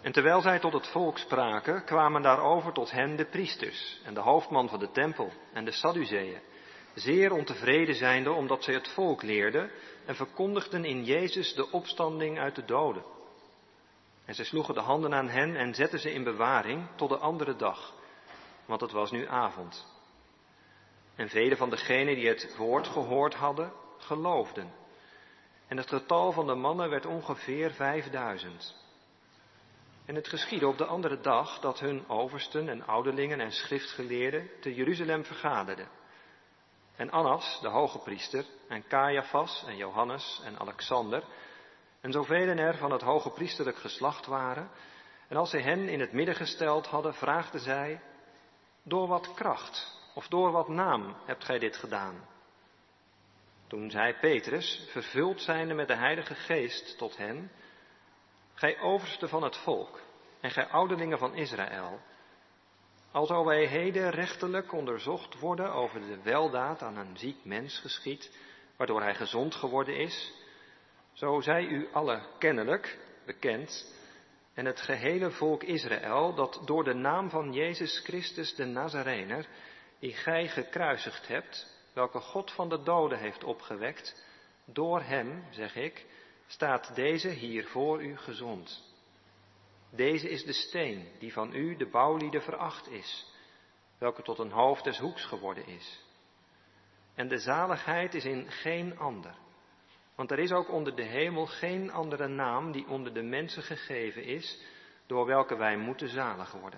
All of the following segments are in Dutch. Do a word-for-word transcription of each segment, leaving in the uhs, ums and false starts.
En terwijl zij tot het volk spraken, kwamen daarover tot hen de priesters en de hoofdman van de tempel en de Sadduceeën, zeer ontevreden zijnde omdat zij het volk leerden en verkondigden in Jezus de opstanding uit de doden. En zij sloegen de handen aan hen en zetten ze in bewaring tot de andere dag, want het was nu avond. En velen van degenen die het woord gehoord hadden, geloofden. En het getal van de mannen werd ongeveer vijfduizend. En het geschiedde op de andere dag dat hun oversten en ouderlingen en schriftgeleerden te Jeruzalem vergaderden. En Annas, de hoge priester, en Caiaphas en Johannes en Alexander, en zoveel er van het hoge priesterlijk geslacht waren, en als zij hen in het midden gesteld hadden, vraagden zij: door wat kracht of door wat naam hebt gij dit gedaan? Toen zei Petrus, vervuld zijnde met de Heilige Geest, tot hen: gij overste van het volk en gij ouderlingen van Israël, alzo wij heden rechterlijk onderzocht worden over de weldaad aan een ziek mens geschied, waardoor hij gezond geworden is, zo zij u alle kennelijk bekend en het gehele volk Israël, dat door de naam van Jezus Christus de Nazarener, die gij gekruisigd hebt, welke God van de doden heeft opgewekt, door hem, zeg ik, staat deze hier voor u gezond. Deze is de steen die van u, de bouwlieden, veracht is, welke tot een hoofd des hoeks geworden is. En de zaligheid is in geen ander, want er is ook onder de hemel geen andere naam die onder de mensen gegeven is, door welke wij moeten zalig worden.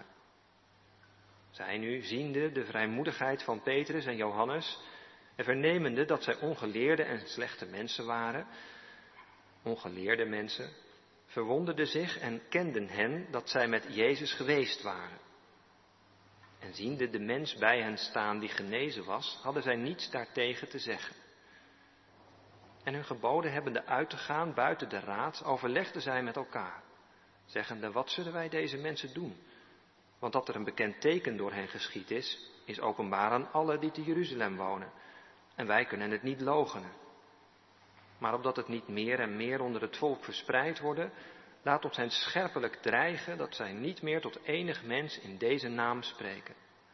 Zij nu, ziende de vrijmoedigheid van Petrus en Johannes, en vernemende dat zij ongeleerde en slechte mensen waren, ongeleerde mensen, verwonderden zich en kenden hen dat zij met Jezus geweest waren. En ziende de mens bij hen staan die genezen was, hadden zij niets daartegen te zeggen. En hun geboden hebbende uit te gaan buiten de raad, overlegden zij met elkaar, zeggende: wat zullen wij deze mensen doen? Want dat er een bekend teken door hen geschied is, is openbaar aan allen die te Jeruzalem wonen. En wij kunnen het niet loochenen. Maar opdat het niet meer en meer onder het volk verspreid worden, laat ons hen scherpelijk dreigen dat zij niet meer tot enig mens in deze naam spreken.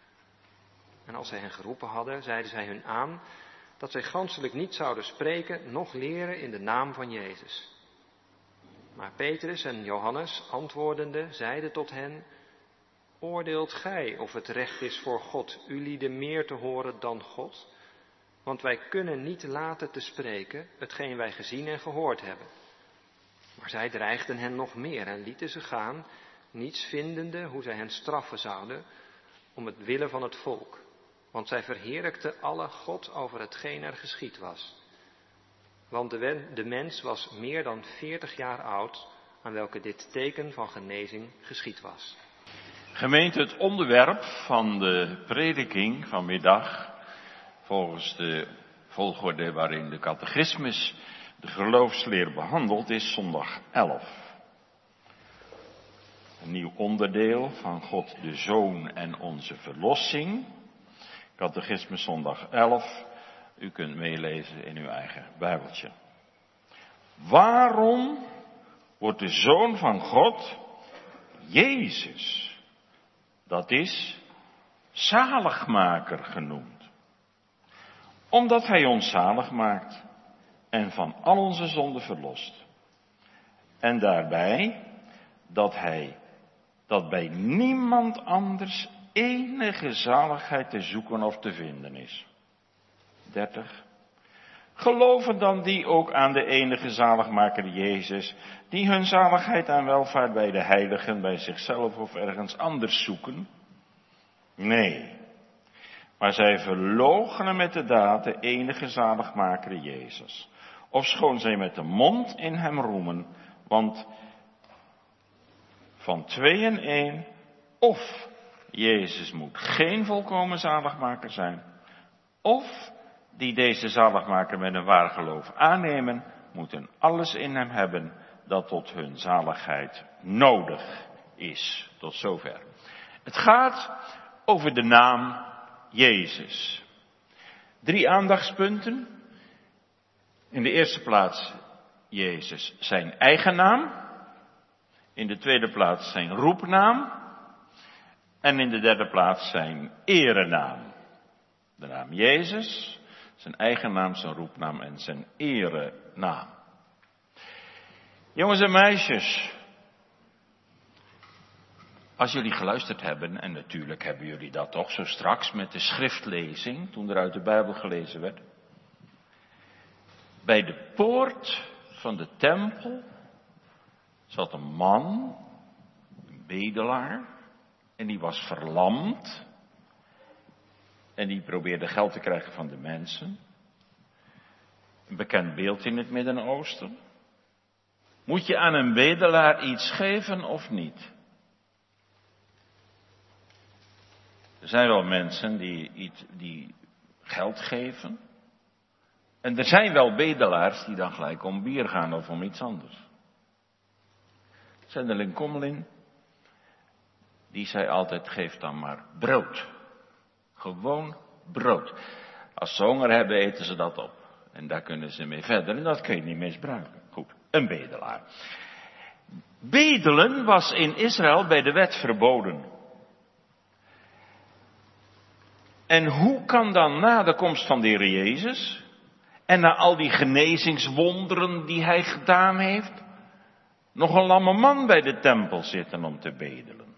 En als zij hen geroepen hadden, zeiden zij hun aan dat zij ganschelijk niet zouden spreken, noch leren in de naam van Jezus. Maar Petrus en Johannes, antwoordende, zeiden tot hen: oordeelt gij of het recht is voor God ulieden meer te horen dan God? Want wij kunnen niet laten te spreken hetgeen wij gezien en gehoord hebben. Maar zij dreigden hen nog meer en lieten ze gaan, niets vindende hoe zij hen straffen zouden, om het willen van het volk. Want zij verheerlijkten alle God over hetgeen er geschied was. Want de, de mens was meer dan veertig jaar oud, aan welke dit teken van genezing geschied was. Gemeente, het onderwerp van de prediking vanmiddag, volgens de volgorde waarin de catechismus de geloofsleer behandelt, is zondag elf. Een nieuw onderdeel van God de Zoon en onze verlossing. Catechismus zondag elf. U kunt meelezen in uw eigen Bijbeltje. Waarom wordt de Zoon van God Jezus, dat is zaligmaker, genoemd? Omdat hij ons zalig maakt en van al onze zonden verlost. En daarbij dat hij, dat bij niemand anders enige zaligheid te zoeken of te vinden is. dertig. Geloven dan die ook aan de enige zaligmaker Jezus, die hun zaligheid en welvaart bij de heiligen, bij zichzelf of ergens anders zoeken? Nee. Maar zij verloochenen met de daad de enige zaligmaker Jezus. Ofschoon zij met de mond in hem roemen, want van twee en één, of Jezus moet geen volkomen zaligmaker zijn, of die deze zaligmaker met een waar geloof aannemen, moeten alles in hem hebben dat tot hun zaligheid nodig is. Tot zover. Het gaat over de naam Jezus. Drie aandachtspunten. In de eerste plaats Jezus zijn eigen naam. In In de tweede plaats zijn roepnaam. En in de derde plaats zijn erenaam. De naam Jezus, zijn eigen naam, zijn roepnaam en zijn erenaam. Jongens en meisjes, als jullie geluisterd hebben, en natuurlijk hebben jullie dat toch zo straks met de schriftlezing, toen er uit de Bijbel gelezen werd. Bij de poort van de tempel zat een man, een bedelaar, en die was verlamd. En die probeerde geld te krijgen van de mensen. Een bekend beeld in het Midden-Oosten. Moet je aan een bedelaar iets geven of niet? Er zijn wel mensen die, iets, die geld geven. En er zijn wel bedelaars die dan gelijk om bier gaan of om iets anders. Zendeling Kommelin, die zei altijd, geef dan maar brood. Gewoon brood. Als ze honger hebben, eten ze dat op. En daar kunnen ze mee verder. En dat kun je niet misbruiken. Goed, een bedelaar. Bedelen was in Israël bij de wet verboden. En hoe kan dan na de komst van de Heer Jezus en na al die genezingswonderen die hij gedaan heeft, nog een lamme man bij de tempel zitten om te bedelen?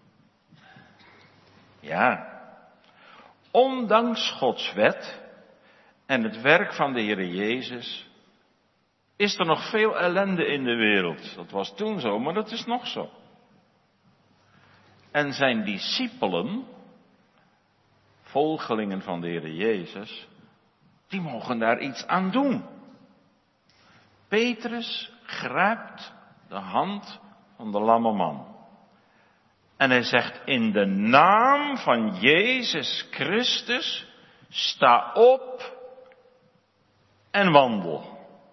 Ja, ondanks Gods wet en het werk van de Heer Jezus is er nog veel ellende in de wereld. Dat was toen zo, maar dat is nog zo. En zijn discipelen, volgelingen van de Heer Jezus, die mogen daar iets aan doen. Petrus grijpt de hand van de lamme man. En hij zegt, in de naam van Jezus Christus, sta op en wandel.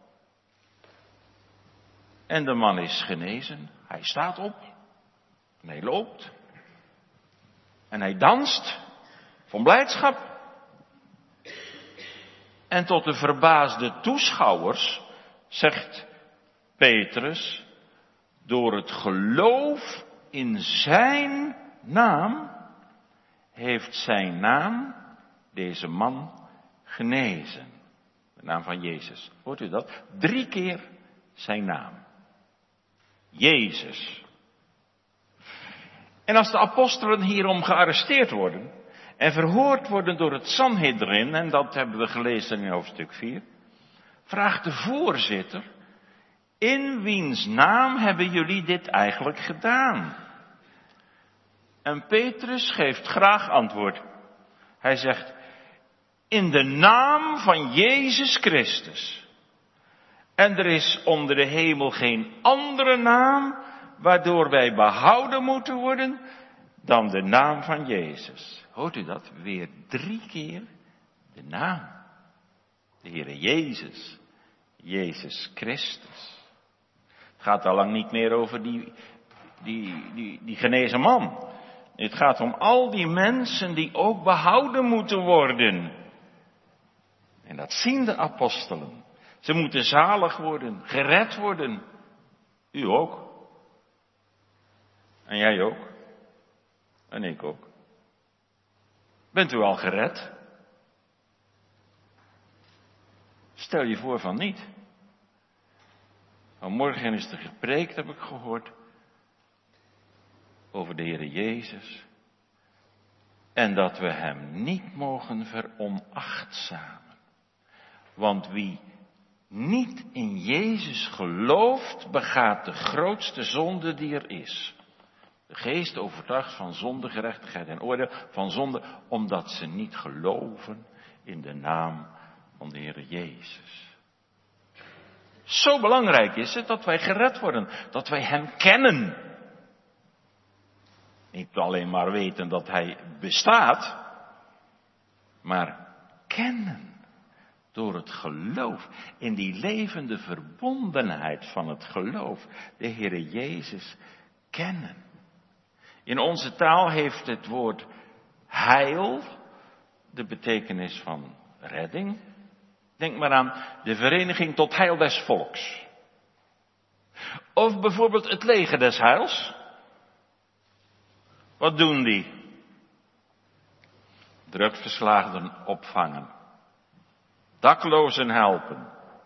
En de man is genezen. Hij staat op. En hij loopt. En hij danst. Van blijdschap. En tot de verbaasde toeschouwers zegt Petrus, door het geloof in zijn naam heeft zijn naam deze man genezen. De naam van Jezus. Hoort u dat? Drie keer zijn naam. Jezus. En als de apostelen hierom gearresteerd worden en verhoord worden door het Sanhedrin, en dat hebben we gelezen in hoofdstuk vier, vraagt de voorzitter, in wiens naam hebben jullie dit eigenlijk gedaan? En Petrus geeft graag antwoord. Hij zegt, in de naam van Jezus Christus. En er is onder de hemel geen andere naam waardoor wij behouden moeten worden dan de naam van Jezus. Hoort u dat? Weer drie keer de naam. De Heere Jezus. Jezus Christus. Het gaat al lang niet meer over die, die, die, die genezen man. Het gaat om al die mensen die ook behouden moeten worden. En dat zien de apostelen. Ze moeten zalig worden, gered worden. U ook. En jij ook. En ik ook. Bent u al gered? Stel je voor van niet. Vanmorgen is er gepreekt, heb ik gehoord, over de Heere Jezus. En dat we hem niet mogen veronachtzamen. Want wie niet in Jezus gelooft, begaat de grootste zonde die er is. De geest overtuigt van zonde, gerechtigheid en oordeel, van zonde, omdat ze niet geloven in de naam van de Heere Jezus. Zo belangrijk is het dat wij gered worden, dat wij hem kennen. Niet alleen maar weten dat hij bestaat, maar kennen. Door het geloof, in die levende verbondenheid van het geloof, de Heere Jezus kennen. In onze taal heeft het woord heil de betekenis van redding. Denk maar aan de Vereniging tot Heil des Volks. Of bijvoorbeeld het Leger des Heils. Wat doen die? Drugsverslaafden opvangen. Daklozen helpen.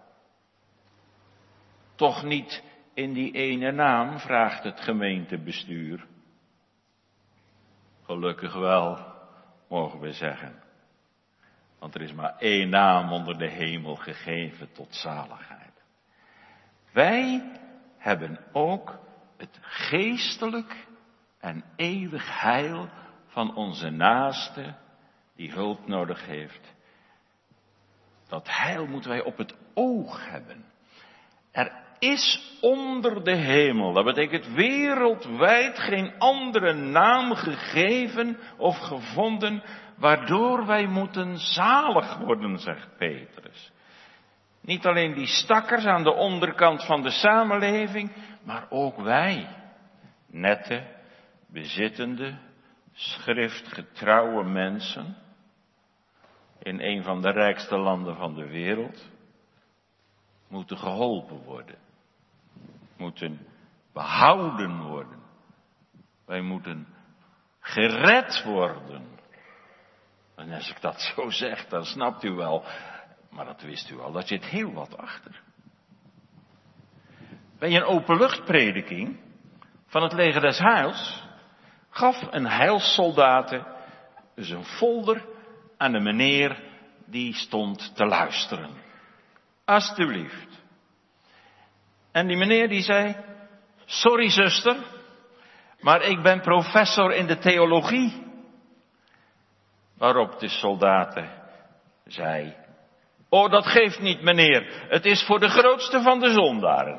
Toch niet in die ene naam, vraagt het gemeentebestuur. Gelukkig wel, mogen we zeggen. Want er is maar één naam onder de hemel gegeven tot zaligheid. Wij hebben ook het geestelijk en eeuwig heil van onze naaste die hulp nodig heeft. Dat heil moeten wij op het oog hebben. Er is onder de hemel, dat betekent wereldwijd, geen andere naam gegeven of gevonden waardoor wij moeten zalig worden, zegt Petrus. Niet alleen die stakkers aan de onderkant van de samenleving, maar ook wij, nette, bezittende, schriftgetrouwe mensen in een van de rijkste landen van de wereld, moeten geholpen worden, moeten behouden worden. Wij moeten gered worden. En als ik dat zo zeg, dan snapt u wel, maar dat wist u al, daar zit heel wat achter. Bij een openluchtprediking van het leger des Heils gaf een heilssoldaten dus een folder aan de meneer die stond te luisteren. Alsjeblieft. En die meneer die zei, sorry zuster, maar ik ben professor in de theologie. Waarop de soldaten zei, oh dat geeft niet meneer, het is voor de grootste van de zondaren.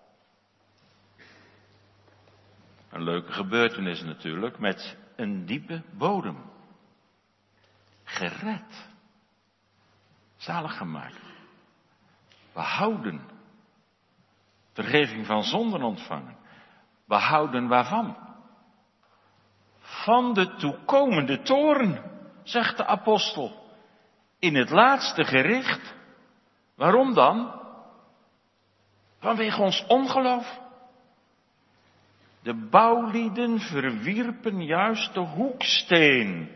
Een leuke gebeurtenis natuurlijk, met een diepe bodem. Gered. Zalig gemaakt. Behouden. Vergeving van zonden ontvangen. Behouden waarvan? Van de toekomende toorn, zegt de apostel. In het laatste gericht. Waarom dan? Vanwege ons ongeloof. De bouwlieden verwierpen juist de hoeksteen.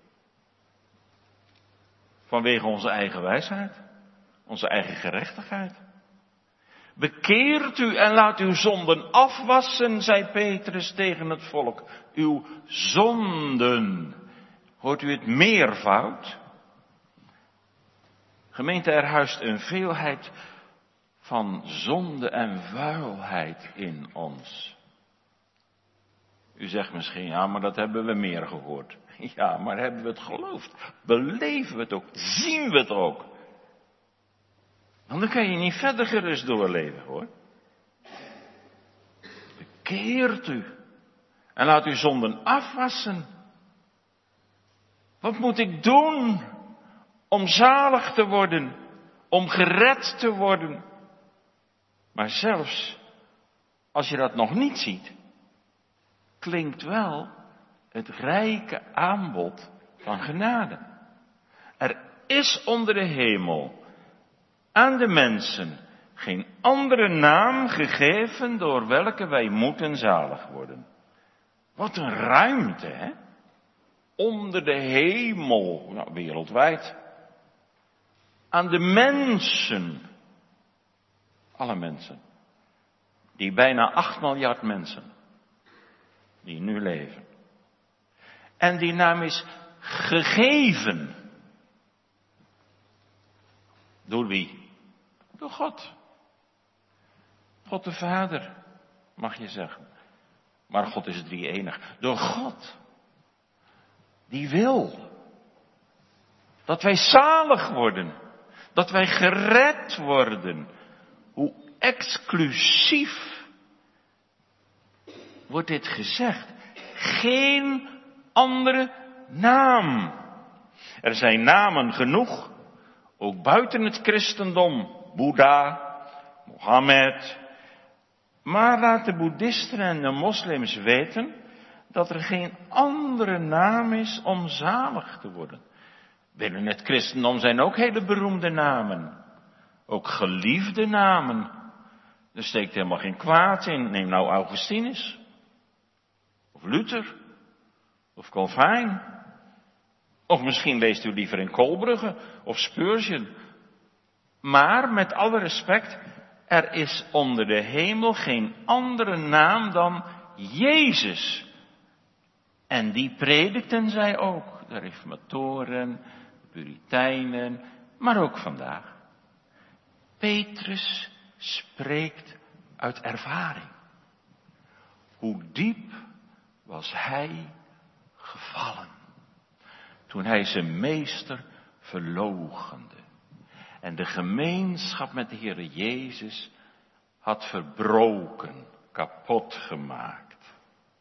Vanwege onze eigen wijsheid. Onze eigen gerechtigheid. Bekeert u en laat uw zonden afwassen, zei Petrus tegen het volk. Uw zonden. Hoort u het meervoud? Gemeente, er huist een veelheid van zonde en vuilheid in ons. U zegt misschien, ja, maar dat hebben we meer gehoord. Ja, maar hebben we het geloofd? Beleven we het ook? Zien we het ook? Want dan kan je niet verder gerust doorleven, hoor. Bekeert u. En laat uw zonden afwassen. Wat moet ik doen om zalig te worden? Om gered te worden? Maar zelfs als je dat nog niet ziet, klinkt wel het rijke aanbod van genade. Er is onder de hemel aan de mensen geen andere naam gegeven door welke wij moeten zalig worden. Wat een ruimte, hè? Onder de hemel, nou, wereldwijd. Aan de mensen, alle mensen, die bijna acht miljard mensen, die nu leven. En die naam is gegeven. Door wie? Door God. God de Vader, mag je zeggen. Maar God is drie-enig. Door God. Die wil. Dat wij zalig worden. Dat wij gered worden. Hoe exclusief wordt dit gezegd. Geen andere naam. Er zijn namen genoeg. Ook buiten het christendom. Boeddha, Mohammed. Maar laat de boeddhisten en de moslims weten dat er geen andere naam is om zalig te worden. Binnen het christendom zijn ook hele beroemde namen. Ook geliefde namen. Er steekt helemaal geen kwaad in. Neem nou Augustinus. Of Luther. of Calvijn. Of misschien leest u liever in Kolbrugge of Spurgeon. Maar met alle respect, er is onder de hemel geen andere naam dan Jezus. En die predikten zij ook, de reformatoren, de Puritijnen, maar ook vandaag. Petrus spreekt uit ervaring. Hoe diep was hij gevallen toen hij zijn meester verloochende en de gemeenschap met de Heere Jezus had verbroken, kapot gemaakt.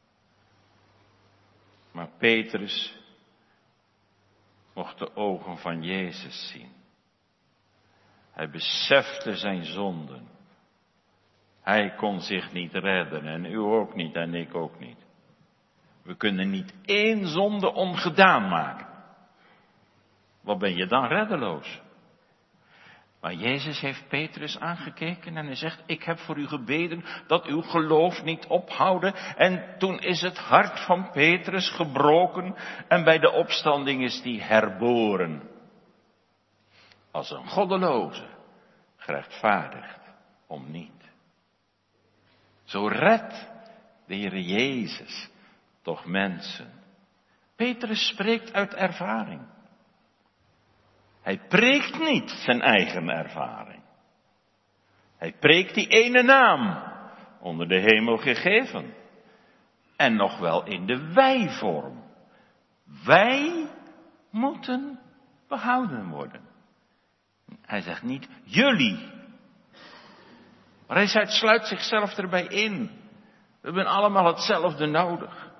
Maar Petrus mocht de ogen van Jezus zien. Hij besefte zijn zonden. Hij kon zich niet redden en u ook niet en ik ook niet. We kunnen niet één zonde ongedaan maken. Wat ben je dan reddeloos? Maar Jezus heeft Petrus aangekeken en hij zegt, ik heb voor u gebeden dat uw geloof niet ophouden. En toen is het hart van Petrus gebroken en bij de opstanding is die herboren. Als een goddeloze, gerechtvaardigd om niet. Zo redt de Heer Jezus toch mensen. Petrus spreekt uit ervaring. Hij preekt niet zijn eigen ervaring. Hij preekt die ene naam, onder de hemel gegeven. En nog wel in de wij-vorm. Wij moeten behouden worden. Hij zegt niet jullie. Maar hij zegt, sluit zichzelf erbij in. We hebben allemaal hetzelfde nodig.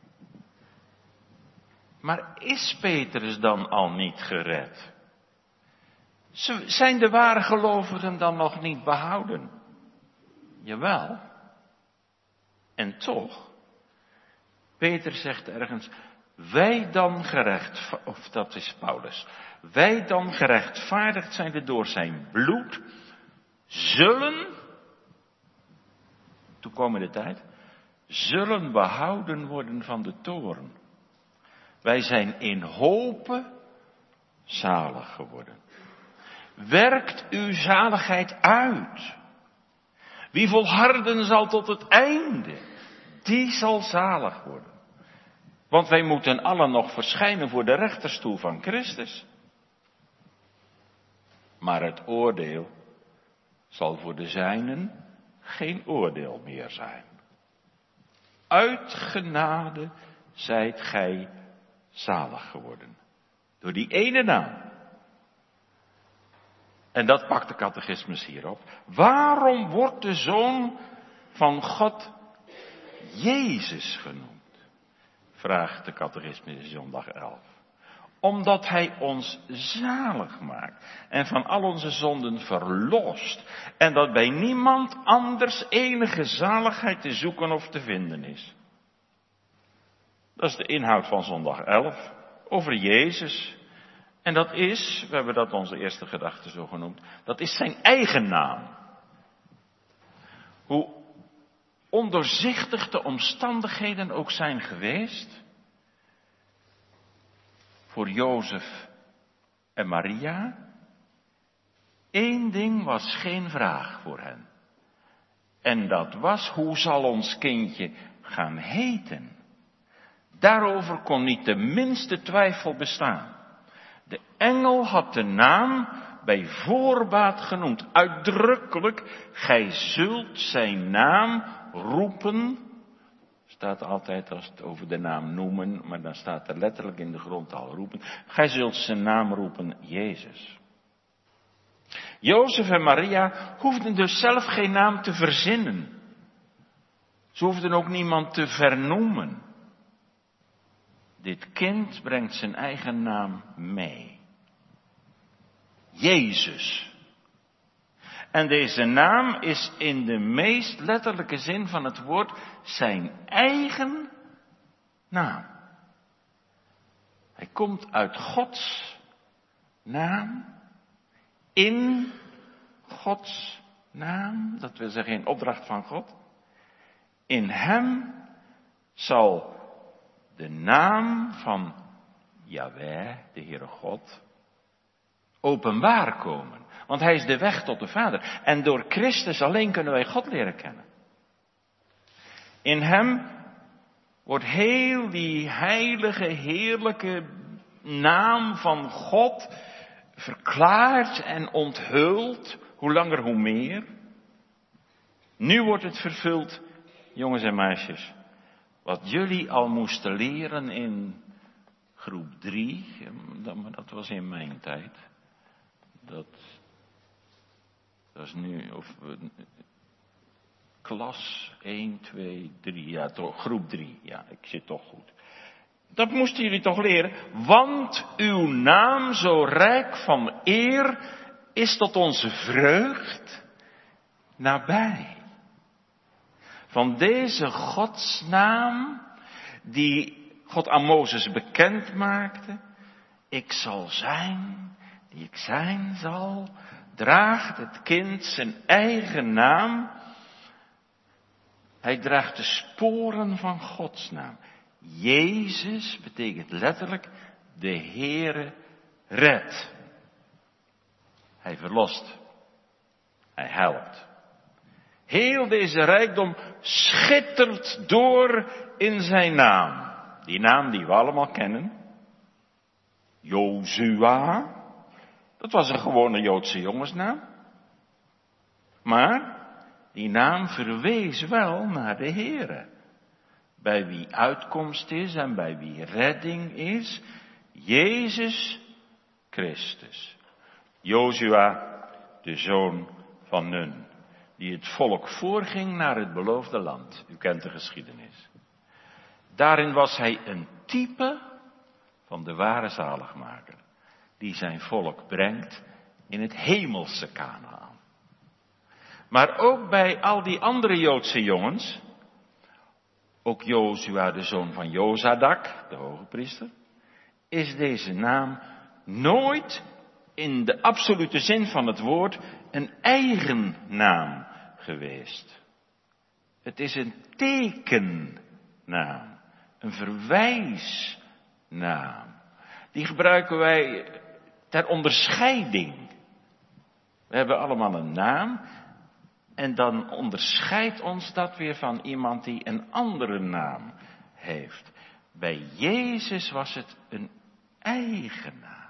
Maar is Petrus dan al niet gered? Zijn de ware gelovigen dan nog niet behouden? Jawel. En toch, Peter zegt ergens, wij dan gerechtvaardigd, of dat is Paulus, wij dan gerechtvaardigd zijn door zijn bloed, zullen, toekomende tijd, zullen behouden worden van de toorn. Wij zijn in hope zalig geworden. Werkt uw zaligheid uit. Wie volharden zal tot het einde, die zal zalig worden. Want wij moeten allen nog verschijnen voor de rechterstoel van Christus. Maar het oordeel zal voor de zijnen geen oordeel meer zijn. Uit genade zijt gij zalig geworden. Door die ene naam. En dat pakt de catechismus hierop. Waarom wordt de Zoon van God Jezus genoemd? Vraagt de catechismus in zondag elf. Omdat hij ons zalig maakt en van al onze zonden verlost. En dat bij niemand anders enige zaligheid te zoeken of te vinden is. Dat is de inhoud van zondag elf over Jezus. En dat is, we hebben dat onze eerste gedachte zo genoemd, dat is zijn eigen naam. Hoe ondoorzichtig de omstandigheden ook zijn geweest, voor Jozef en Maria, één ding was geen vraag voor hen. En dat was, hoe zal ons kindje gaan heten? Daarover kon niet de minste twijfel bestaan. De engel had de naam bij voorbaat genoemd. Uitdrukkelijk, gij zult zijn naam roepen. Staat altijd als het over de naam noemen, maar dan staat er letterlijk in de grondtaal roepen. Gij zult zijn naam roepen, Jezus. Jozef en Maria hoefden dus zelf geen naam te verzinnen. Ze hoefden ook niemand te vernoemen. Dit kind brengt zijn eigen naam mee. Jezus. En deze naam is in de meest letterlijke zin van het woord zijn eigen naam. Hij komt uit Gods naam, in Gods naam, dat wil zeggen in opdracht van God. In hem zal de naam van Jahweh, de Heere God, openbaar komen. Want hij is de weg tot de Vader. En door Christus alleen kunnen wij God leren kennen. In hem wordt heel die heilige, heerlijke naam van God verklaard en onthuld. Hoe langer, hoe meer. Nu wordt het vervuld, jongens en meisjes, wat jullie al moesten leren in groep drie, maar dat was in mijn tijd. Dat, dat is nu, of klas één, twee, drie, ja toch, groep drie, ja, ik zit toch goed. Dat moesten jullie toch leren, want uw naam zo rijk van eer is tot onze vreugd nabij. Van deze Godsnaam, die God aan Mozes bekend maakte, ik zal zijn die ik zijn zal, draagt het kind zijn eigen naam. Hij draagt de sporen van Gods naam. Jezus betekent letterlijk de Heere redt. Hij verlost. Hij helpt. Heel deze rijkdom schittert door in zijn naam. Die naam die we allemaal kennen. Jozua. Dat was een gewone Joodse jongensnaam. Maar die naam verwees wel naar de Heere. Bij wie uitkomst is en bij wie redding is. Jezus Christus. Jozua, de zoon van Nun. Die het volk voorging naar het beloofde land. U kent de geschiedenis. Daarin was hij een type van de ware zaligmaker. Die zijn volk brengt in het hemelse Kanaan. Maar ook bij al die andere Joodse jongens. Ook Jozua, de zoon van Jozadak, de hoge priester. Is deze naam nooit in de absolute zin van het woord een eigen naam geweest. Het is een tekennaam, een verwijsnaam. Die gebruiken wij ter onderscheiding. We hebben allemaal een naam en dan onderscheidt ons dat weer van iemand die een andere naam heeft. Bij Jezus was het een eigen naam.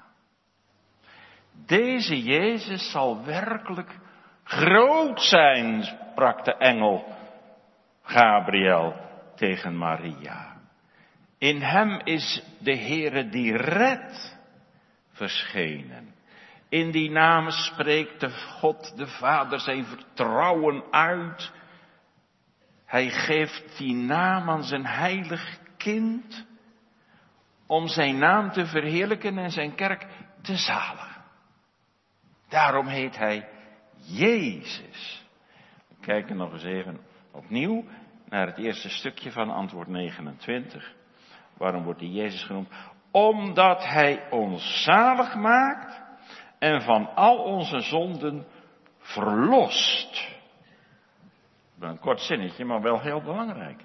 Deze Jezus zal werkelijk groot zijn, sprak de engel Gabriel tegen Maria. In hem is de Heere die redt verschenen. In die naam spreekt de God de Vader zijn vertrouwen uit. Hij geeft die naam aan zijn heilig kind om zijn naam te verheerlijken en zijn kerk te zaligen. Daarom heet hij Jezus. We kijken nog eens even opnieuw naar het eerste stukje van antwoord negenentwintig. Waarom wordt hij Jezus genoemd? Omdat hij ons zalig maakt en van al onze zonden verlost. Een kort zinnetje, maar wel heel belangrijk.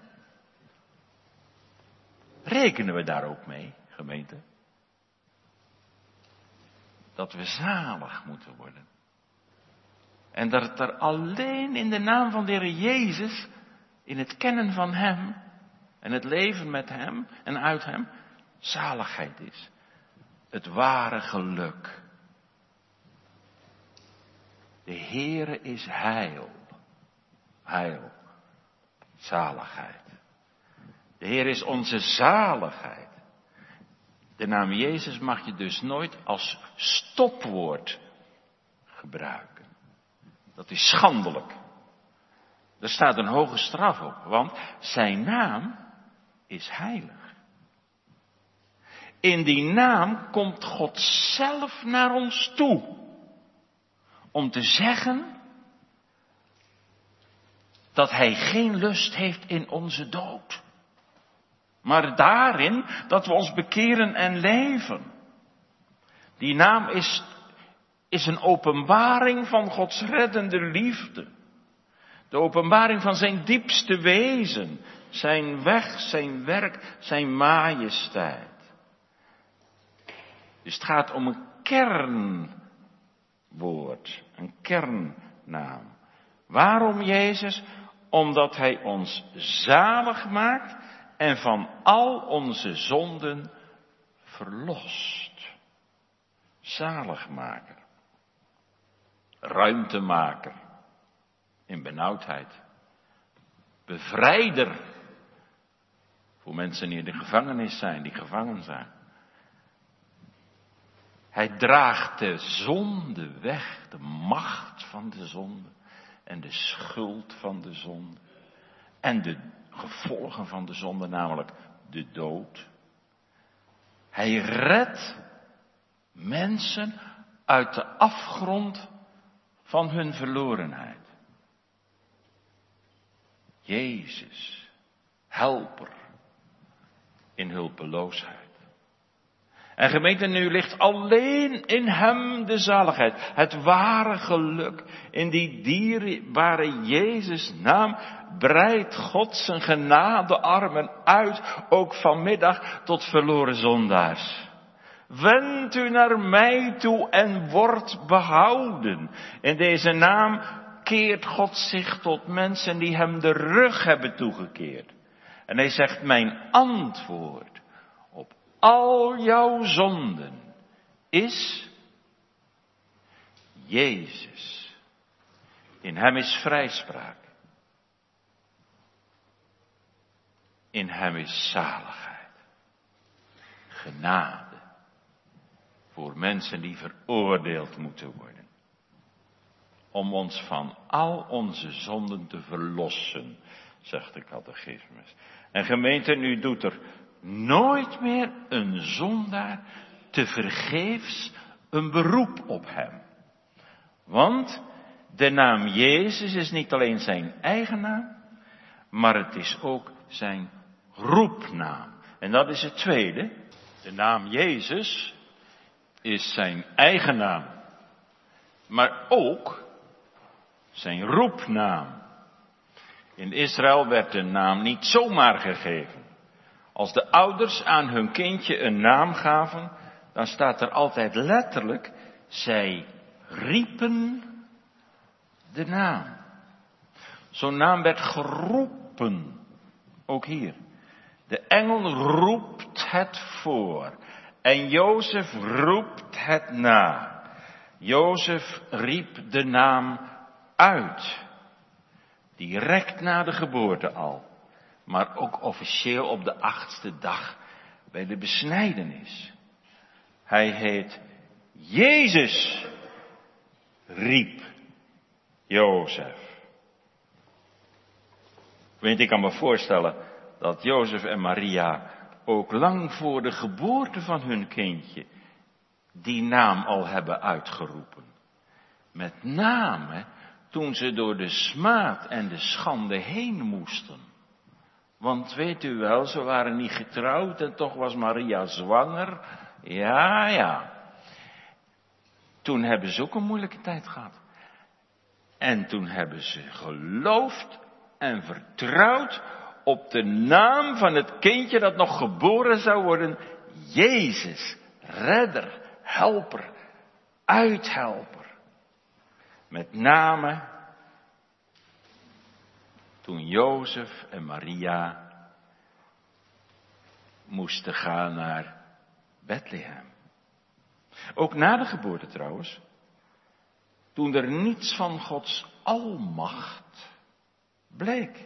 Rekenen we daar ook mee, gemeente? Dat we zalig moeten worden. En dat er alleen in de naam van de Heer Jezus, in het kennen van Hem en het leven met Hem en uit Hem, zaligheid is. Het ware geluk. De Heere is heil. Heil. Zaligheid. De Heer is onze zaligheid. De naam Jezus mag je dus nooit als stopwoord gebruiken. Dat is schandelijk. Er staat een hoge straf op, want zijn naam is heilig. In die naam komt God zelf naar ons toe. Om te zeggen dat hij geen lust heeft in onze dood. Maar daarin dat we ons bekeren en leven. Die naam is, is een openbaring van Gods reddende liefde. De openbaring van zijn diepste wezen. zijn weg, zijn werk, zijn majesteit. Dus het gaat om een kernwoord, een kernnaam. Waarom Jezus? Omdat hij ons zalig maakt en van al onze zonden verlost. Zaligmaker. Ruimtemaker. In benauwdheid. Bevrijder. Voor mensen die in de gevangenis zijn, die gevangen zijn. Hij draagt de zonde weg, de macht van de zonde. En de schuld van de zonde. En de gevolgen van de zonde, namelijk de dood. Hij redt mensen uit de afgrond van hun verlorenheid. Jezus, helper in hulpeloosheid. En gemeente, nu ligt alleen in hem de zaligheid. Het ware geluk. In die dierbare Jezus naam breidt God zijn genadearmen uit. Ook vanmiddag tot verloren zondaars. Wend u naar mij toe en wordt behouden. In deze naam keert God zich tot mensen die hem de rug hebben toegekeerd. En hij zegt, mijn antwoord op al jouw zonden is Jezus. In hem is vrijspraak. In hem is zaligheid. Genade. Voor mensen die veroordeeld moeten worden. Om ons van al onze zonden te verlossen, zegt de catechismus. En gemeente, nu doet er nooit meer een zondaar te vergeefs een beroep op hem. Want de naam Jezus is niet alleen zijn eigen naam, maar het is ook zijn roepnaam. En dat is het tweede. De naam Jezus is zijn eigen naam, maar ook zijn roepnaam. In Israël werd de naam niet zomaar gegeven. Als de ouders aan hun kindje een naam gaven, dan staat er altijd letterlijk, zij riepen de naam. Zo'n naam werd geroepen, ook hier. De engel roept het voor en Jozef roept het na. Jozef riep de naam uit, direct na de geboorte al. Maar ook officieel op de achtste dag bij de besnijdenis. Hij heet Jezus, riep Jozef. Weet, ik kan me voorstellen dat Jozef en Maria ook lang voor de geboorte van hun kindje die naam al hebben uitgeroepen. Met name toen ze door de smaad en de schande heen moesten. Want weet u wel, ze waren niet getrouwd en toch was Maria zwanger. Ja, ja. Toen hebben ze ook een moeilijke tijd gehad. En toen hebben ze geloofd en vertrouwd op de naam van het kindje dat nog geboren zou worden. Jezus, redder, helper, uithelper. Met name toen Jozef en Maria moesten gaan naar Bethlehem. Ook na de geboorte trouwens. Toen er niets van Gods almacht bleek.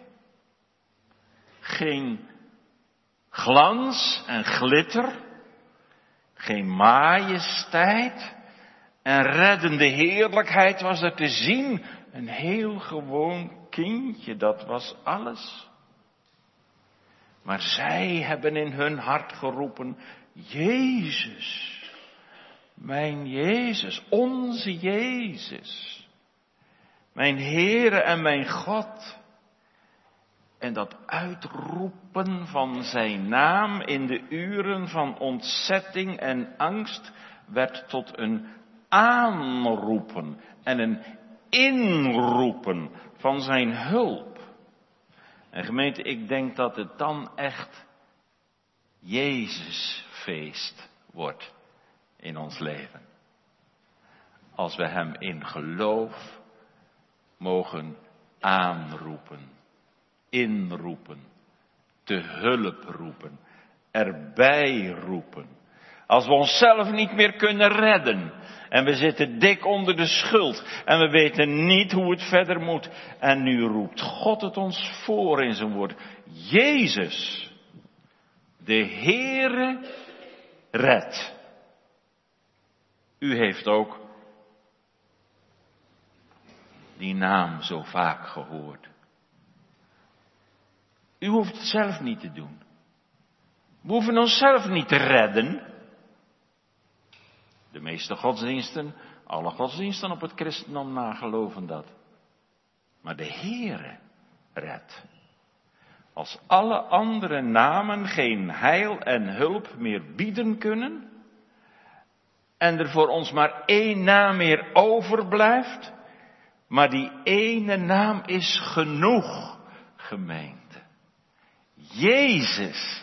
Geen glans en glitter. Geen majesteit en reddende heerlijkheid was er te zien. Een heel gewoon kindje, dat was alles. Maar zij hebben in hun hart geroepen, Jezus, mijn Jezus, onze Jezus, mijn Heere en mijn God. En dat uitroepen van zijn naam in de uren van ontzetting en angst werd tot een aanroepen en een inroepen van zijn hulp. En gemeente, ik denk dat het dan echt Jezusfeest wordt in ons leven. Als we hem in geloof mogen aanroepen, inroepen, te hulp roepen, erbij roepen. Als we onszelf niet meer kunnen redden en we zitten dik onder de schuld en we weten niet hoe het verder moet. En nu roept God het ons voor in zijn woord. Jezus, de Heere, redt. U heeft ook die naam zo vaak gehoord. U hoeft het zelf niet te doen. We hoeven onszelf niet te redden. De meeste godsdiensten, alle godsdiensten op het christendom na geloven dat. Maar de Heere redt. Als alle andere namen geen heil en hulp meer bieden kunnen, en er voor ons maar één naam meer overblijft, maar die ene naam is genoeg, gemeente. Jezus,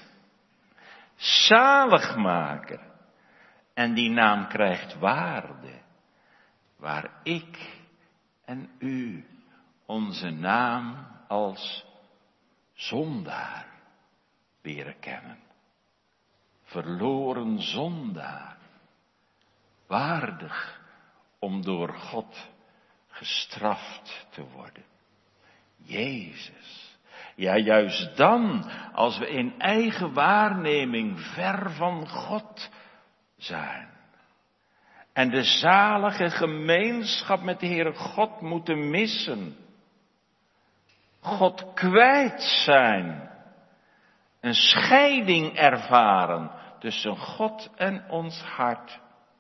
zaligmaker. En die naam krijgt waarde, waar ik en u onze naam als zondaar leren kennen. Verloren zondaar, waardig om door God gestraft te worden. Jezus. Ja, juist dan, als we in eigen waarneming ver van God zijn. En de zalige gemeenschap met de Heere God moeten missen. God kwijt zijn. Een scheiding ervaren tussen God en ons hart.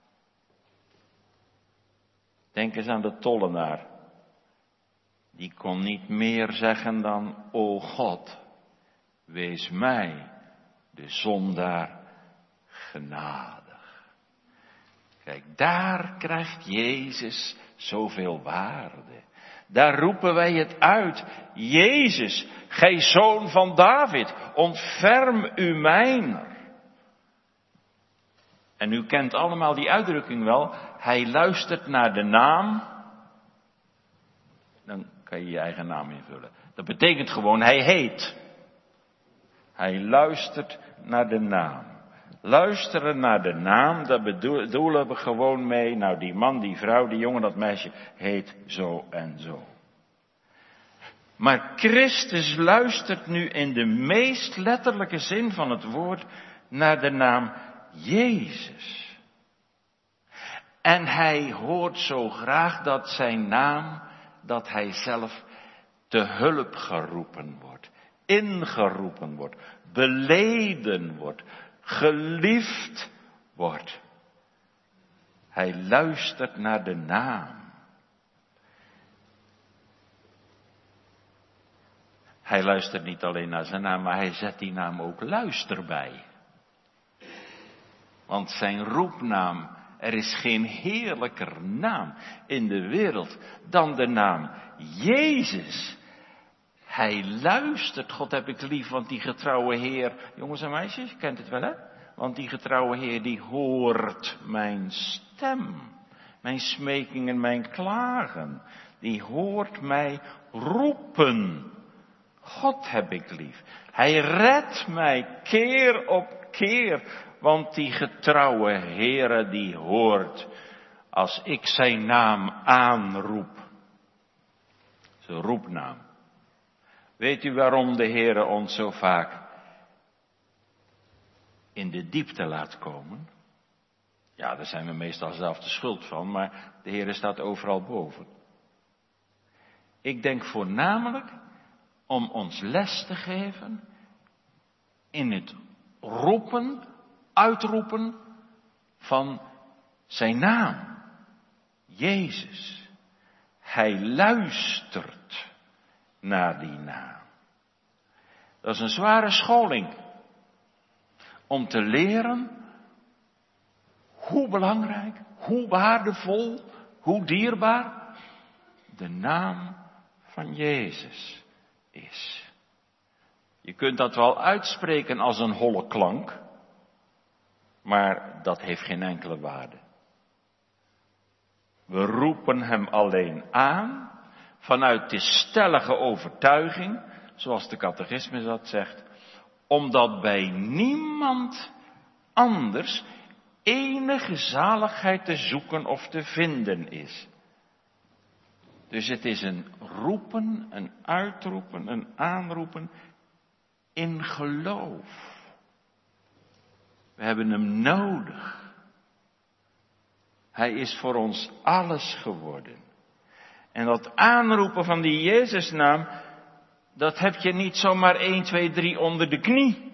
Denk eens aan de tollenaar. Die kon niet meer zeggen dan, o God, wees mij, de zondaar, genadig. Kijk, daar krijgt Jezus zoveel waarde. Daar roepen wij het uit. Jezus, gij zoon van David, ontferm u mijner. En u kent allemaal die uitdrukking wel. Hij luistert naar de naam. Dan kan je je eigen naam invullen. Dat betekent gewoon, hij heet. Hij luistert naar de naam. Luisteren naar de naam, daar bedoelen we gewoon mee. Nou, die man, die vrouw, die jongen, dat meisje heet zo en zo. Maar Christus luistert nu in de meest letterlijke zin van het woord naar de naam Jezus. En hij hoort zo graag dat zijn naam, dat hij zelf te hulp geroepen wordt, ingeroepen wordt, beleden wordt, geliefd wordt. Hij luistert naar de naam. Hij luistert niet alleen naar zijn naam, maar hij zet die naam ook luister bij. Want zijn roepnaam, er is geen heerlijker naam in de wereld dan de naam Jezus. Hij luistert, God heb ik lief, want die getrouwe Heer, jongens en meisjes, je kent het wel hè? Want die getrouwe Heer die hoort mijn stem, mijn smeking en mijn klagen. Die hoort mij roepen. God heb ik lief. Hij redt mij keer op keer, want die getrouwe Heere die hoort als ik zijn naam aanroep. Zijn roepnaam. Weet u waarom de Heere ons zo vaak in de diepte laat komen? Ja, daar zijn we meestal zelf de schuld van, maar de Heere staat overal boven. Ik denk voornamelijk om ons les te geven in het roepen, uitroepen van zijn naam. Jezus. Hij luistert naar die naam. Dat is een zware scholing. Om te leren hoe belangrijk, hoe waardevol, hoe dierbaar de naam van Jezus is. Je kunt dat wel uitspreken als een holle klank, maar dat heeft geen enkele waarde. We roepen hem alleen aan vanuit de stellige overtuiging, zoals de catechismus dat zegt, omdat bij niemand anders enige zaligheid te zoeken of te vinden is. Dus het is een roepen, een uitroepen, een aanroepen in geloof. We hebben hem nodig. Hij is voor ons alles geworden. En dat aanroepen van die Jezusnaam, dat heb je niet zomaar één, twee, drie onder de knie.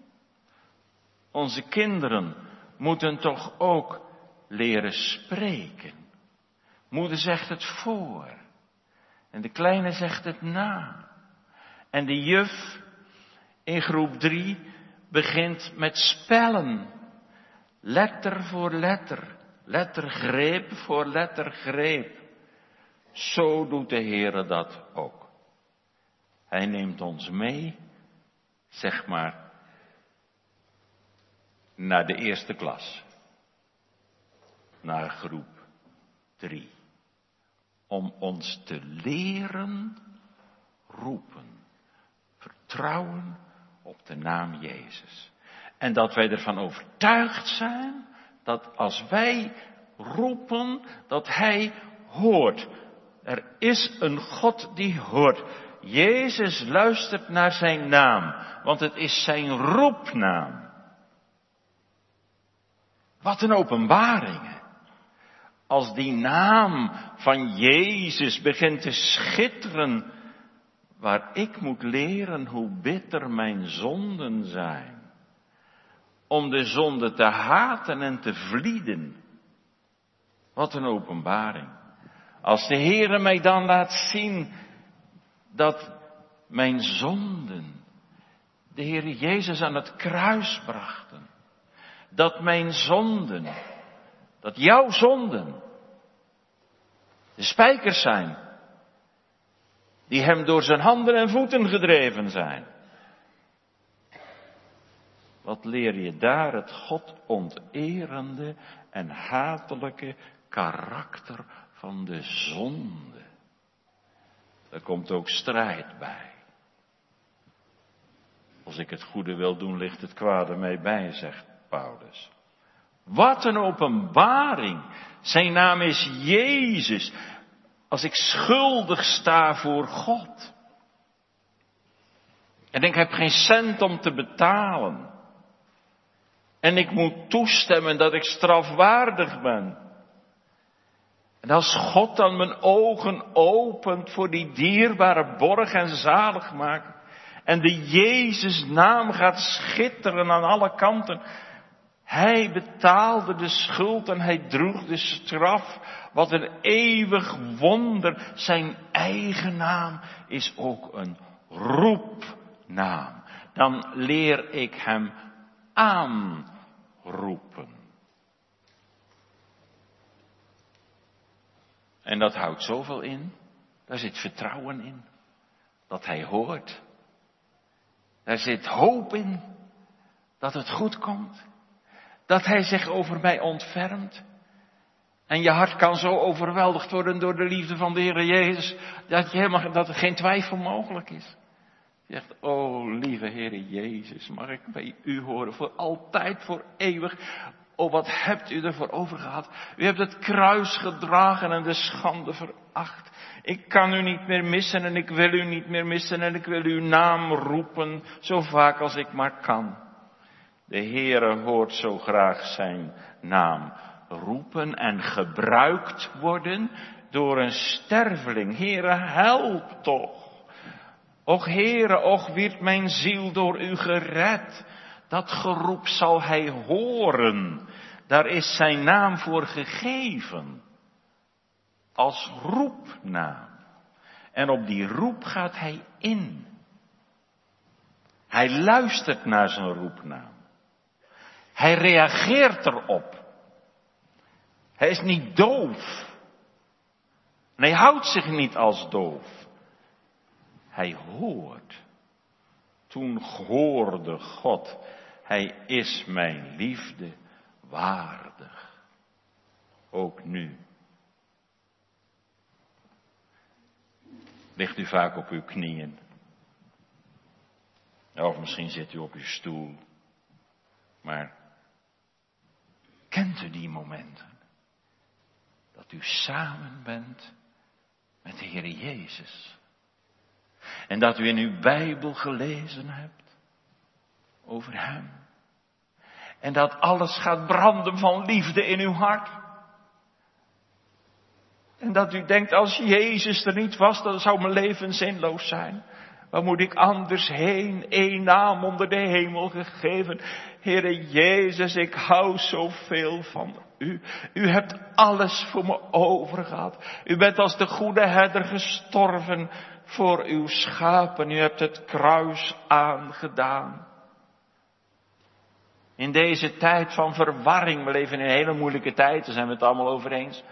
Onze kinderen moeten toch ook leren spreken. Moeder zegt het voor. En de kleine zegt het na. En de juf in groep drie begint met spellen. Letter voor letter. Lettergreep voor lettergreep. Zo doet de Heere dat ook. Hij neemt ons mee, zeg maar, naar de eerste klas. Naar groep drie. Om ons te leren roepen. Vertrouwen op de naam Jezus. En dat wij ervan overtuigd zijn dat als wij roepen, dat Hij hoort. Er is een God die hoort. Jezus luistert naar zijn naam, want het is zijn roepnaam. Wat een openbaring. Als die naam van Jezus begint te schitteren, waar ik moet leren hoe bitter mijn zonden zijn. Om de zonde te haten en te vlieden. Wat een openbaring. Als de Heere mij dan laat zien dat mijn zonden de Heere Jezus aan het kruis brachten. Dat mijn zonden, dat jouw zonden, de spijkers zijn, die hem door zijn handen en voeten gedreven zijn. Wat leer je daar het God onterende en hatelijke karakter van de zonde. Er komt ook strijd bij. Als ik het goede wil doen, ligt het kwade mij bij, zegt Paulus. Wat een openbaring. Zijn naam is Jezus. Als ik schuldig sta voor God. En ik heb geen cent om te betalen. En ik moet toestemmen dat ik strafwaardig ben. En als God dan mijn ogen opent voor die dierbare borg en zaligmaker. En de Jezus naam gaat schitteren aan alle kanten. Hij betaalde de schuld en hij droeg de straf. Wat een eeuwig wonder. Zijn eigen naam is ook een roepnaam. Dan leer ik hem aanroepen. En dat houdt zoveel in. Daar zit vertrouwen in. Dat hij hoort. Daar zit hoop in. Dat het goed komt. Dat hij zich over mij ontfermt. En je hart kan zo overweldigd worden door de liefde van de Heer Jezus. Dat, je helemaal, dat er geen twijfel mogelijk is. Je zegt, oh lieve Heer Jezus, mag ik bij u horen voor altijd, voor eeuwig. Oh, wat hebt u ervoor over gehad? U hebt het kruis gedragen en de schande veracht. Ik kan u niet meer missen en ik wil u niet meer missen en ik wil uw naam roepen, zo vaak als ik maar kan. De Heere hoort zo graag zijn naam roepen en gebruikt worden door een sterveling. Heere, help toch. Och Heere, och wierd mijn ziel door u gered. Dat geroep zal hij horen. Daar is zijn naam voor gegeven. Als roepnaam. En op die roep gaat hij in. Hij luistert naar zijn roepnaam. Hij reageert erop. Hij is niet doof. En hij houdt zich niet als doof. Hij hoort. Toen hoorde God, hij is mijn liefde waardig. Ook nu. Ligt u vaak op uw knieën. Of misschien zit u op uw stoel. Maar kent u die momenten? Dat u samen bent met de Heer Jezus. En dat u in uw Bijbel gelezen hebt over Hem. En dat alles gaat branden van liefde in uw hart. En dat u denkt, als Jezus er niet was, dan zou mijn leven zinloos zijn. Waar moet ik anders heen? Eén naam onder de hemel gegeven. Heere Jezus, ik hou zoveel van u. U hebt alles voor me over gehad. U bent als de goede herder gestorven voor uw schapen. U hebt het kruis aangedaan. In deze tijd van verwarring, we leven in een hele moeilijke tijd, daar zijn we het allemaal over eens.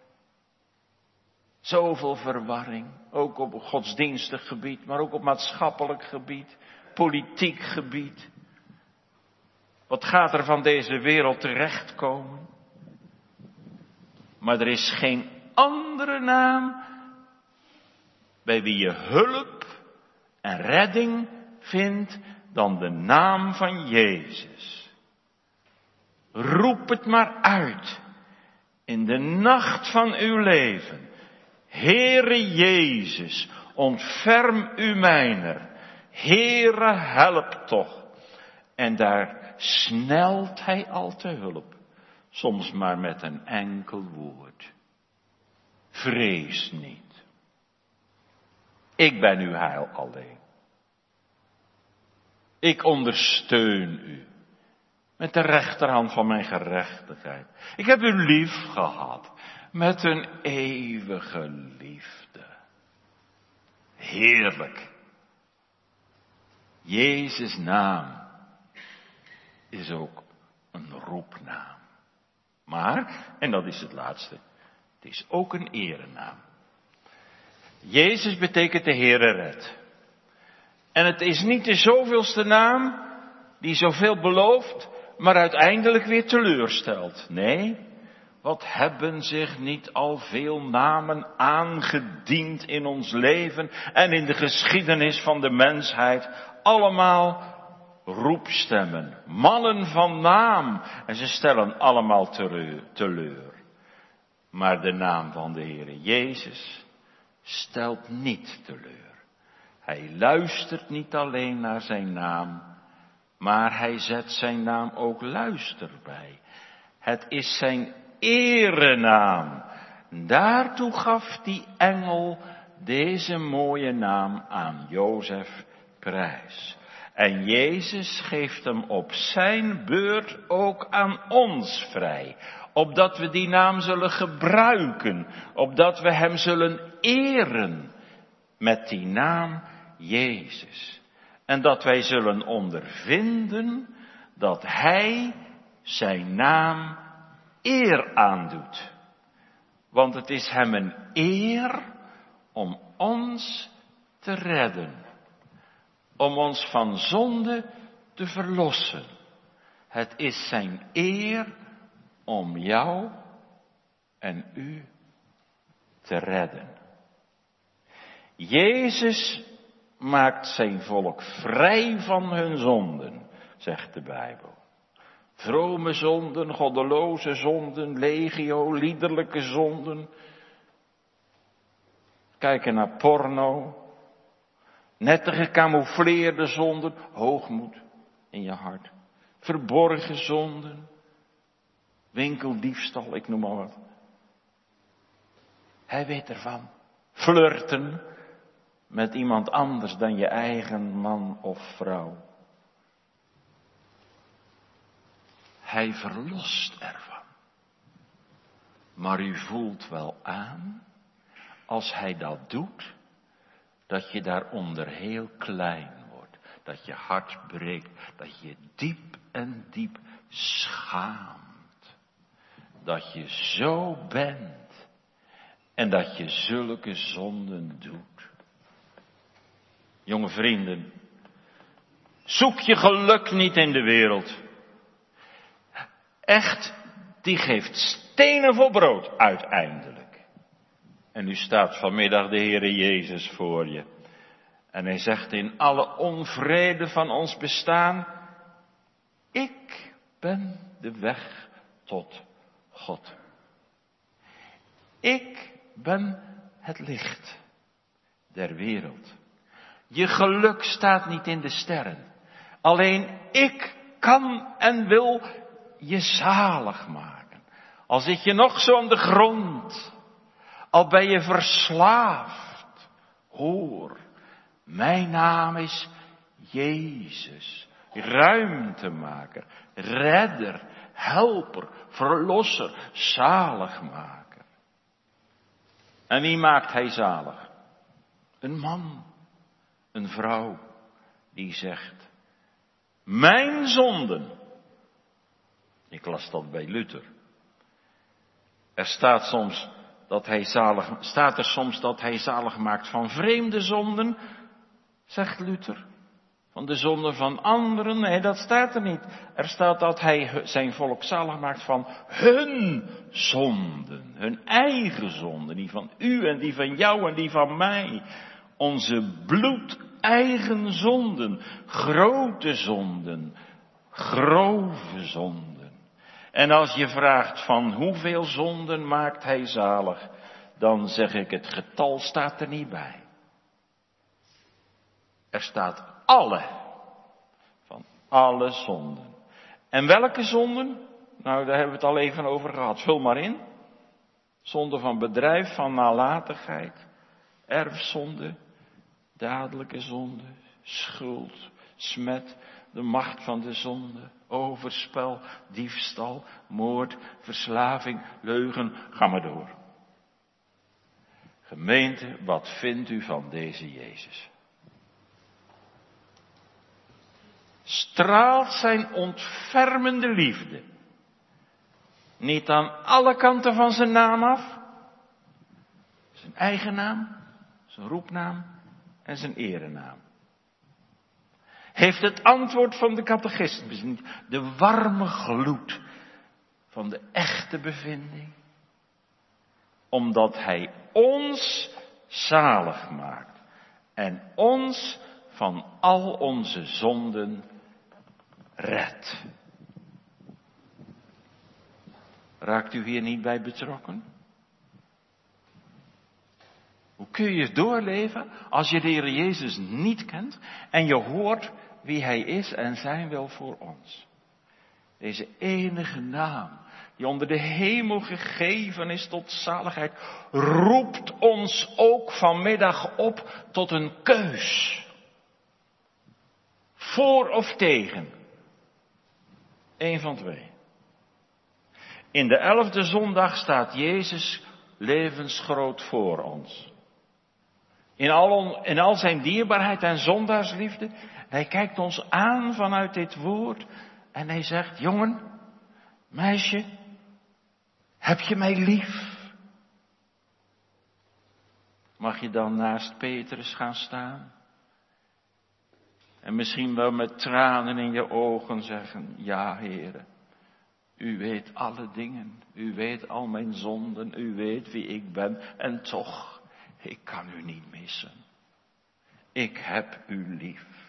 Zoveel verwarring, ook op godsdienstig gebied, maar ook op maatschappelijk gebied, politiek gebied. Wat gaat er van deze wereld terechtkomen? Maar er is geen andere naam bij wie je hulp en redding vindt dan de naam van Jezus. Roep het maar uit in de nacht van uw leven. Heere Jezus, ontferm u mijner. Heere, help toch. En daar snelt hij al te hulp. Soms maar met een enkel woord. Vrees niet. Ik ben uw heil alleen. Ik ondersteun u. Met de rechterhand van mijn gerechtigheid. Ik heb u lief gehad. Met een eeuwige liefde. Heerlijk. Jezus' naam is ook een roepnaam. Maar, en dat is het laatste, het is ook een erenaam. Jezus betekent de Heere redt. En het is niet de zoveelste naam die zoveel belooft, maar uiteindelijk weer teleurstelt. Nee, wat hebben zich niet al veel namen aangediend in ons leven en in de geschiedenis van de mensheid. Allemaal roepstemmen, mannen van naam. En ze stellen allemaal teleur. Maar de naam van de Heere Jezus stelt niet teleur. Hij luistert niet alleen naar zijn naam, maar hij zet zijn naam ook luister bij. Het is zijn erenaam. Daartoe gaf die engel deze mooie naam aan Jozef prijs. En Jezus geeft hem op zijn beurt ook aan ons vrij. Opdat we die naam zullen gebruiken. Opdat we hem zullen eren met die naam Jezus. En dat wij zullen ondervinden dat hij zijn naam eer aandoet. Want het is hem een eer om ons te redden. Om ons van zonde te verlossen. Het is zijn eer om jou en u te redden. Jezus maakt zijn volk vrij van hun zonden, zegt de Bijbel. Vrome zonden, goddeloze zonden, legio, liederlijke zonden. Kijken naar porno. Nette gecamoufleerde zonden, hoogmoed in je hart. Verborgen zonden. Winkeldiefstal, ik noem maar wat. Hij weet ervan. Flirten met iemand anders dan je eigen man of vrouw. Hij verlost ervan. Maar u voelt wel aan, als hij dat doet, dat je daaronder heel klein wordt. Dat je hart breekt. Dat je diep en diep schaamt. Dat je zo bent. En dat je zulke zonden doet. Jonge vrienden, Zoek je geluk niet in de wereld. Echt, die geeft stenen voor brood uiteindelijk. En nu staat vanmiddag de Heere Jezus voor je. En hij zegt in alle onvrede van ons bestaan, ik ben de weg tot God. Ik ben het licht der wereld. Je geluk staat niet in de sterren. Alleen ik kan en wil je zalig maken. Al zit je nog zo aan de grond. Al ben je verslaafd. Hoor, mijn naam is Jezus. Ruimtemaker, redder, helper, verlosser, zaligmaker. En wie maakt hij zalig? Een man, een vrouw, die zegt, mijn zonden. Ik las dat bij Luther. Er staat soms dat hij zalig, staat er soms dat hij zalig maakt van vreemde zonden, zegt Luther. Van de zonden van anderen, nee, dat staat er niet. Er staat dat hij zijn volk zalig maakt van hun zonden. Hun eigen zonden, die van u en die van jou en die van mij. Onze bloedeigen zonden, grote zonden, grove zonden. En als je vraagt van hoeveel zonden maakt hij zalig, dan zeg ik het getal staat er niet bij. Er staat alle, van alle zonden. En welke zonden? Nou, daar hebben we het al even over gehad. Vul maar in. Zonde van bedrijf, van nalatigheid, erfzonde, dadelijke zonde, schuld, smet, de macht van de zonde, overspel, diefstal, moord, verslaving, leugen, ga maar door. Gemeente, wat vindt u van deze Jezus? Straalt zijn ontfermende liefde niet aan alle kanten van zijn naam af? Zijn eigen naam, zijn roepnaam en zijn erenaam. Heeft het antwoord van de catechismus niet de warme gloed van de echte bevinding? Omdat hij ons zalig maakt en ons van al onze zonden redt. Raakt u hier niet bij betrokken? Hoe kun je doorleven als je de Heer Jezus niet kent en je hoort wie Hij is en zijn wil voor ons? Deze enige naam die onder de hemel gegeven is tot zaligheid, roept ons ook vanmiddag op tot een keus. Voor of tegen. Eén van twee. In de elfde zondag staat Jezus levensgroot voor ons. In al, on, in al zijn dierbaarheid en zondaarsliefde. Hij kijkt ons aan vanuit dit woord. En hij zegt, jongen, meisje, heb je mij lief? Mag je dan naast Petrus gaan staan? En misschien wel met tranen in je ogen zeggen, ja, Heere, u weet alle dingen, u weet al mijn zonden, u weet wie ik ben en toch, ik kan u niet missen. Ik heb u lief.